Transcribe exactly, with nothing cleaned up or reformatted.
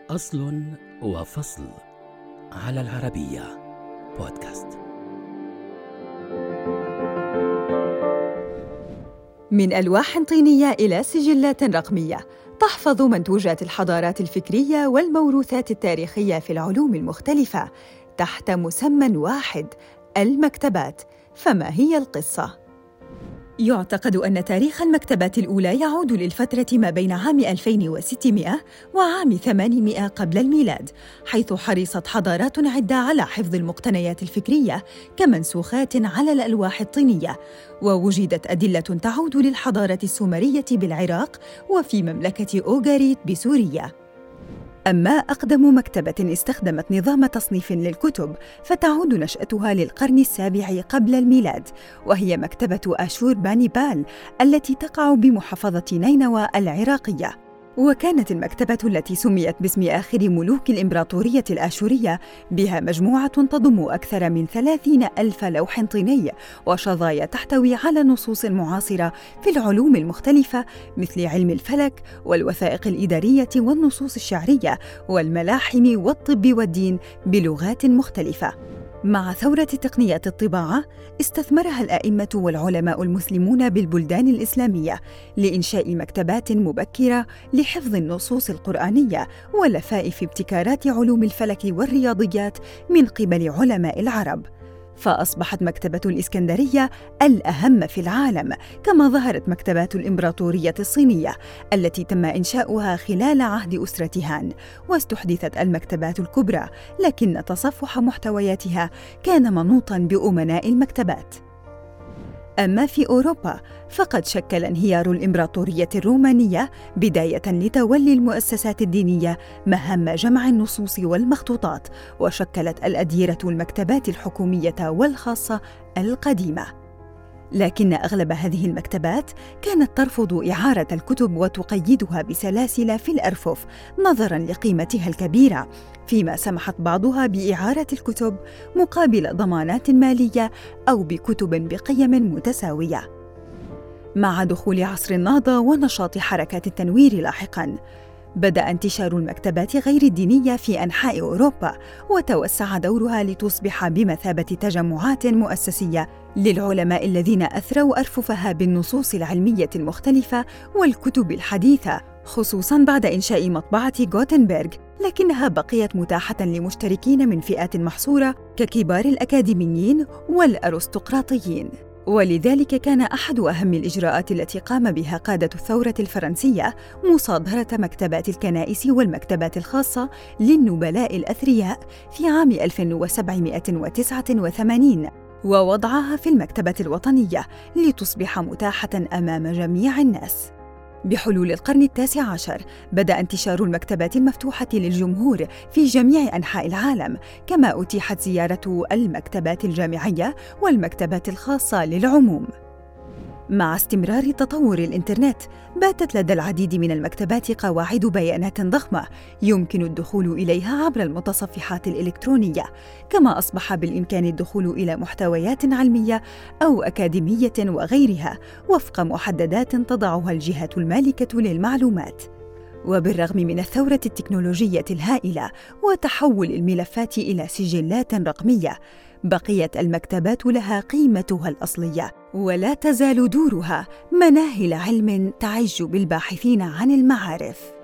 أصل وفصل على العربية بودكاست. من ألواح طينية إلى سجلات رقمية تحفظ منتوجات الحضارات الفكرية والموروثات التاريخية في العلوم المختلفة تحت مسمى واحد: المكتبات. فما هي القصة؟ يعتقد أن تاريخ المكتبات الأولى يعود للفترة ما بين عام ألفين وستمائة وعام ثمانمائة قبل الميلاد، حيث حرصت حضارات عدة على حفظ المقتنيات الفكرية كمنسوخات على الألواح الطينية، ووجدت أدلة تعود للحضارة السومرية بالعراق وفي مملكة أوغاريت بسوريا. أما أقدم مكتبة استخدمت نظام تصنيف للكتب فتعود نشأتها للقرن السابع قبل الميلاد، وهي مكتبة آشور بانيبال التي تقع بمحافظة نينوى العراقية. وكانت المكتبة التي سميت باسم آخر ملوك الإمبراطورية الآشورية بها مجموعة تضم أكثر من ثلاثين ألف لوح طيني وشظايا تحتوي على نصوص معاصرة في العلوم المختلفة مثل علم الفلك والوثائق الإدارية والنصوص الشعرية والملاحم والطب والدين بلغات مختلفة. مع ثورة تقنيات الطباعة استثمرها الأئمة والعلماء المسلمون بالبلدان الإسلامية لإنشاء مكتبات مبكرة لحفظ النصوص القرآنية ولفائف ابتكارات علوم الفلك والرياضيات من قبل علماء العرب. فأصبحت مكتبة الإسكندرية الأهم في العالم، كما ظهرت مكتبات الإمبراطورية الصينية التي تم إنشاؤها خلال عهد أسرة هان، واستحدثت المكتبات الكبرى، لكن تصفح محتوياتها كان منوطاً بأمناء المكتبات. أما في أوروبا فقد شكل انهيار الإمبراطورية الرومانية بداية لتولي المؤسسات الدينية مهام جمع النصوص والمخطوطات، وشكلت الأديرة المكتبات الحكومية والخاصة القديمة. لكن أغلب هذه المكتبات كانت ترفض إعارة الكتب وتقيدها بسلاسل في الأرفف نظراً لقيمتها الكبيرة، فيما سمحت بعضها بإعارة الكتب مقابل ضمانات مالية أو بكتب بقيم متساوية. مع دخول عصر النهضة ونشاط حركات التنوير لاحقاً، بدأ انتشار المكتبات غير الدينية في أنحاء أوروبا، وتوسع دورها لتصبح بمثابة تجمعات مؤسسية للعلماء الذين أثروا أرففها بالنصوص العلمية المختلفة والكتب الحديثة، خصوصاً بعد إنشاء مطبعة غوتنبرغ، لكنها بقيت متاحة لمشتركين من فئات محصورة ككبار الأكاديميين والأرستقراطيين. ولذلك كان أحد أهم الإجراءات التي قام بها قادة الثورة الفرنسية مصادرة مكتبات الكنائس والمكتبات الخاصة للنبلاء الأثرياء في عام ألف وسبعمائة وتسعة وثمانين، ووضعها في المكتبة الوطنية لتصبح متاحة أمام جميع الناس. بحلول القرن التاسع عشر بدأ انتشار المكتبات المفتوحة للجمهور في جميع أنحاء العالم، كما أتيحت زيارة المكتبات الجامعية والمكتبات الخاصة للعموم. مع استمرار تطور الإنترنت باتت لدى العديد من المكتبات قواعد بيانات ضخمة يمكن الدخول إليها عبر المتصفحات الإلكترونية، كما أصبح بالإمكان الدخول إلى محتويات علمية أو أكاديمية وغيرها وفق محددات تضعها الجهة المالكة للمعلومات. وبالرغم من الثورة التكنولوجية الهائلة وتحول الملفات إلى سجلات رقمية، بقيت المكتبات لها قيمتها الأصلية، ولا تزال دورها مناهل علم تعج بالباحثين عن المعارف.